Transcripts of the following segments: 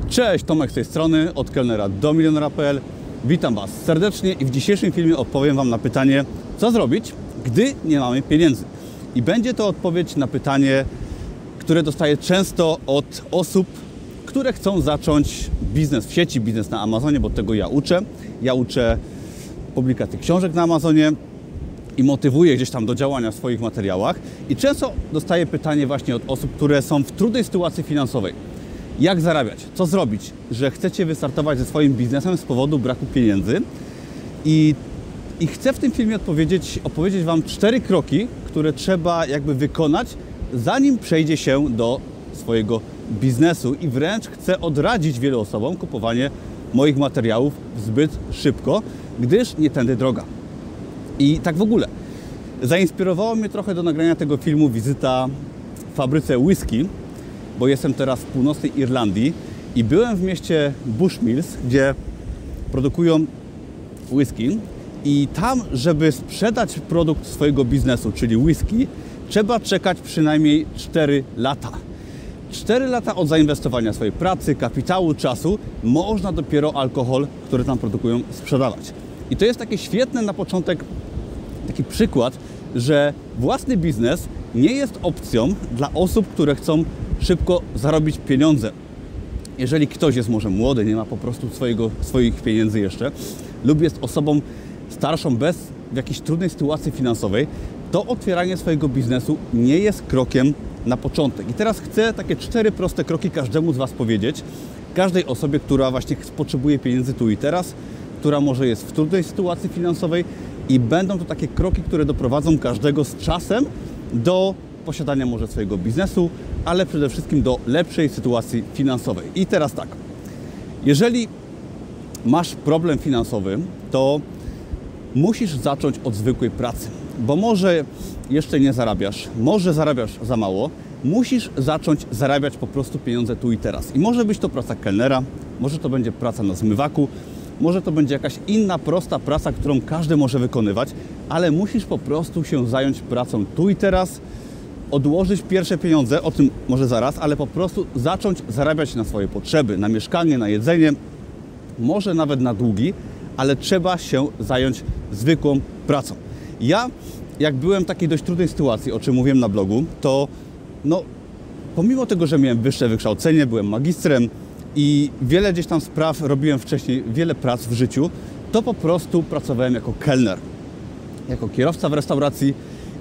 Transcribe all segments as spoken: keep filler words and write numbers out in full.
Cześć, Tomek z tej strony, od kelnera do milionera kropka p l. Witam Was serdecznie i w dzisiejszym filmie odpowiem Wam na pytanie, co zrobić, gdy nie mamy pieniędzy. I będzie to odpowiedź na pytanie, które dostaję często od osób, które chcą zacząć biznes w sieci, biznes na Amazonie, bo tego ja uczę. Ja uczę publikacji książek na Amazonie i motywuję gdzieś tam do działania w swoich materiałach. I często dostaję pytanie właśnie od osób, które są w trudnej sytuacji finansowej. Jak zarabiać? Co zrobić, że chcecie wystartować ze swoim biznesem z powodu braku pieniędzy? I, i chcę w tym filmie odpowiedzieć, opowiedzieć Wam cztery kroki, które trzeba jakby wykonać, zanim przejdzie się do swojego biznesu. I wręcz chcę odradzić wielu osobom kupowanie moich materiałów zbyt szybko, gdyż nie tędy droga. I tak w ogóle. Zainspirowało mnie trochę do nagrania tego filmu wizyta w fabryce whisky, bo jestem teraz w północnej Irlandii i byłem w mieście Bushmills, gdzie produkują whisky i tam, żeby sprzedać produkt swojego biznesu, czyli whisky, trzeba czekać przynajmniej cztery lata. cztery lata od zainwestowania swojej pracy, kapitału, czasu można dopiero alkohol, który tam produkują, sprzedawać. I to jest takie świetne na początek taki przykład, że własny biznes nie jest opcją dla osób, które chcą szybko zarobić pieniądze. Jeżeli ktoś jest może młody, nie ma po prostu swojego, swoich pieniędzy jeszcze, lub jest osobą starszą bez w jakiejś trudnej sytuacji finansowej, to otwieranie swojego biznesu nie jest krokiem na początek. I teraz chcę takie cztery proste kroki każdemu z Was powiedzieć, każdej osobie, która właśnie potrzebuje pieniędzy tu i teraz, która może jest w trudnej sytuacji finansowej i będą to takie kroki, które doprowadzą każdego z czasem do posiadania może swojego biznesu, ale przede wszystkim do lepszej sytuacji finansowej. I teraz tak, jeżeli masz problem finansowy, to musisz zacząć od zwykłej pracy, bo może jeszcze nie zarabiasz, może zarabiasz za mało, musisz zacząć zarabiać po prostu pieniądze tu i teraz. I może być to praca kelnera, może to będzie praca na zmywaku, może to będzie jakaś inna prosta praca, którą każdy może wykonywać, ale musisz po prostu się zająć pracą tu i teraz, odłożyć pierwsze pieniądze, o tym może zaraz, ale po prostu zacząć zarabiać na swoje potrzeby, na mieszkanie, na jedzenie, może nawet na długi, ale trzeba się zająć zwykłą pracą. Ja, jak byłem w takiej dość trudnej sytuacji, o czym mówiłem na blogu, to no, pomimo tego, że miałem wyższe wykształcenie, byłem magistrem i wiele gdzieś tam spraw robiłem wcześniej, wiele prac w życiu, to po prostu pracowałem jako kelner, jako kierowca w restauracji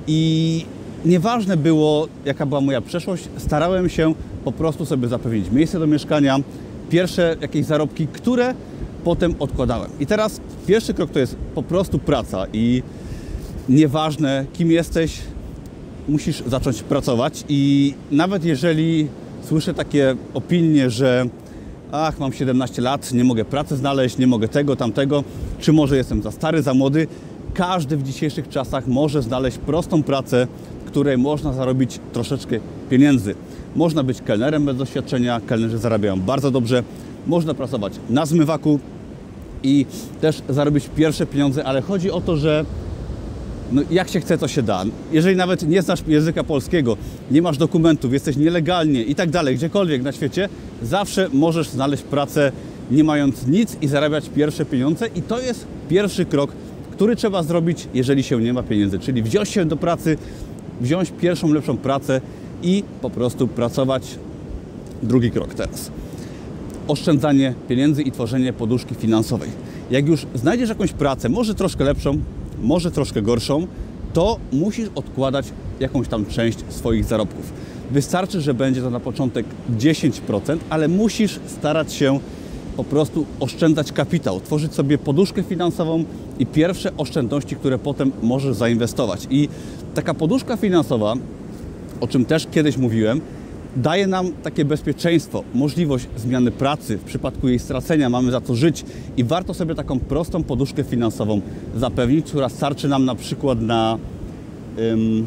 i nieważne było, jaka była moja przeszłość, starałem się po prostu sobie zapewnić miejsce do mieszkania, pierwsze jakieś zarobki, które potem odkładałem. I teraz pierwszy krok to jest po prostu praca i nieważne, kim jesteś, musisz zacząć pracować i nawet jeżeli słyszę takie opinie, że ach, mam siedemnaście lat, nie mogę pracy znaleźć, nie mogę tego, tamtego, czy może jestem za stary, za młody, każdy w dzisiejszych czasach może znaleźć prostą pracę, w której można zarobić troszeczkę pieniędzy. Można być kelnerem bez doświadczenia, kelnerzy zarabiają bardzo dobrze, można pracować na zmywaku i też zarobić pierwsze pieniądze, ale chodzi o to, że no, jak się chce, to się da. Jeżeli nawet nie znasz języka polskiego, nie masz dokumentów, jesteś nielegalnie i tak dalej, gdziekolwiek na świecie, zawsze możesz znaleźć pracę nie mając nic i zarabiać pierwsze pieniądze i to jest pierwszy krok, który trzeba zrobić, jeżeli się nie ma pieniędzy, czyli wziąć się do pracy, wziąć pierwszą, lepszą pracę i po prostu pracować. Drugi krok teraz. Oszczędzanie pieniędzy i tworzenie poduszki finansowej. Jak już znajdziesz jakąś pracę, może troszkę lepszą, może troszkę gorszą, to musisz odkładać jakąś tam część swoich zarobków. Wystarczy, że będzie to na początek dziesięć procent, ale musisz starać się po prostu oszczędzać kapitał, tworzyć sobie poduszkę finansową i pierwsze oszczędności, które potem możesz zainwestować. I taka poduszka finansowa, o czym też kiedyś mówiłem, daje nam takie bezpieczeństwo, możliwość zmiany pracy, w przypadku jej stracenia mamy za co żyć i warto sobie taką prostą poduszkę finansową zapewnić, która starczy nam na przykład na um,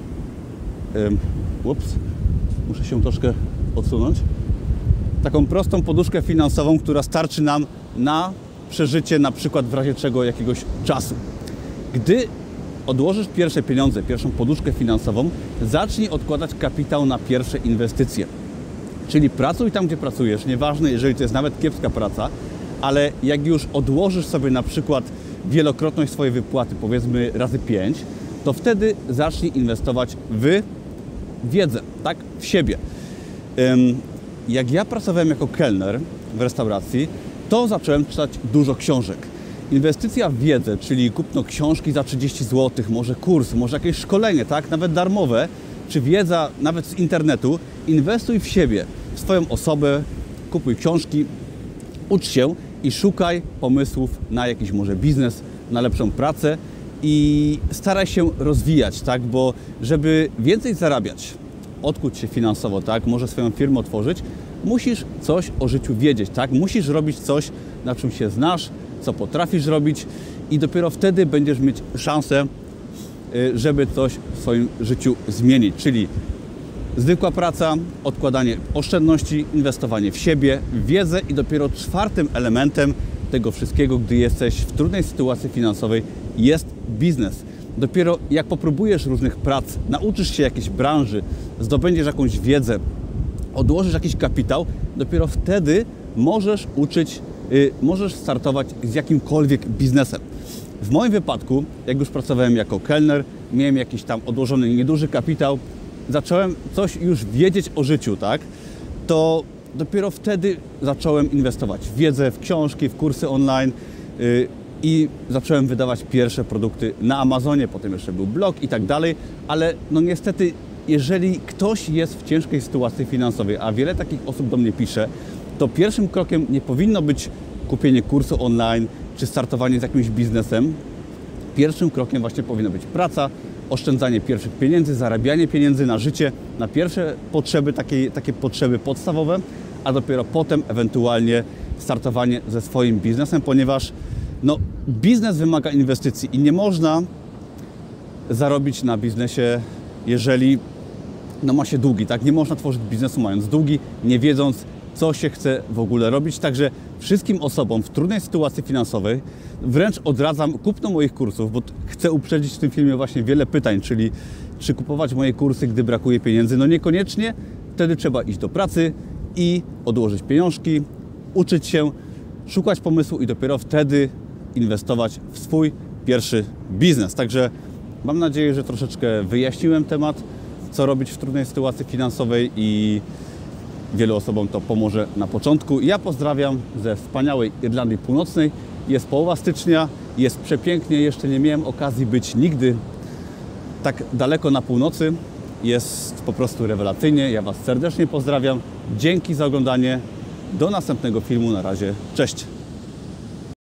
um, ups, muszę się troszkę odsunąć, taką prostą poduszkę finansową, która starczy nam na przeżycie na przykład w razie czego jakiegoś czasu. Gdy odłożysz pierwsze pieniądze, pierwszą poduszkę finansową, zacznij odkładać kapitał na pierwsze inwestycje. Czyli pracuj tam, gdzie pracujesz, nieważne, jeżeli to jest nawet kiepska praca, ale jak już odłożysz sobie na przykład wielokrotność swojej wypłaty, powiedzmy razy pięć, to wtedy zacznij inwestować w wiedzę, tak? W siebie. Jak ja pracowałem jako kelner w restauracji, to zacząłem czytać dużo książek. Inwestycja w wiedzę, czyli kupno książki za trzydzieści złotych, może kurs, może jakieś szkolenie, tak? Nawet darmowe, czy wiedza nawet z internetu. Inwestuj w siebie, w swoją osobę, kupuj książki, ucz się i szukaj pomysłów na jakiś może biznes, na lepszą pracę i staraj się rozwijać, tak? Bo żeby więcej zarabiać, odkuć się finansowo, tak? Może swoją firmę otworzyć, musisz coś o życiu wiedzieć, tak? Musisz robić coś, na czym się znasz, co potrafisz robić i dopiero wtedy będziesz mieć szansę, żeby coś w swoim życiu zmienić. Czyli zwykła praca, odkładanie oszczędności, inwestowanie w siebie, w wiedzę i dopiero czwartym elementem tego wszystkiego, gdy jesteś w trudnej sytuacji finansowej, jest biznes. Dopiero jak popróbujesz różnych prac, nauczysz się jakiejś branży, zdobędziesz jakąś wiedzę, odłożysz jakiś kapitał, dopiero wtedy możesz uczyć, yy, możesz startować z jakimkolwiek biznesem. W moim wypadku, jak już pracowałem jako kelner, miałem jakiś tam odłożony nieduży kapitał, zacząłem coś już wiedzieć o życiu, tak? To dopiero wtedy zacząłem inwestować w wiedzę, w książki, w kursy online yy, i zacząłem wydawać pierwsze produkty na Amazonie, potem jeszcze był blog i tak dalej, ale no niestety, jeżeli ktoś jest w ciężkiej sytuacji finansowej, a wiele takich osób do mnie pisze, to pierwszym krokiem nie powinno być kupienie kursu online czy startowanie z jakimś biznesem. Pierwszym krokiem właśnie powinna być praca, oszczędzanie pierwszych pieniędzy, zarabianie pieniędzy na życie, na pierwsze potrzeby, takie, takie potrzeby podstawowe, a dopiero potem ewentualnie startowanie ze swoim biznesem, ponieważ no, biznes wymaga inwestycji i nie można zarobić na biznesie, jeżeli no, ma się długi, tak? Nie można tworzyć biznesu mając długi, nie wiedząc, co się chce w ogóle robić. Także wszystkim osobom w trudnej sytuacji finansowej wręcz odradzam kupno moich kursów, bo chcę uprzedzić w tym filmie właśnie wiele pytań, czyli czy kupować moje kursy, gdy brakuje pieniędzy? No niekoniecznie, wtedy trzeba iść do pracy i odłożyć pieniążki, uczyć się, szukać pomysłu i dopiero wtedy inwestować w swój pierwszy biznes. Także mam nadzieję, że troszeczkę wyjaśniłem temat, co robić w trudnej sytuacji finansowej i wielu osobom to pomoże na początku. Ja pozdrawiam ze wspaniałej Irlandii Północnej. Jest połowa stycznia, jest przepięknie, jeszcze nie miałem okazji być nigdy tak daleko na północy. Jest po prostu rewelacyjnie. Ja Was serdecznie pozdrawiam. Dzięki za oglądanie. Do następnego filmu. Na razie. Cześć!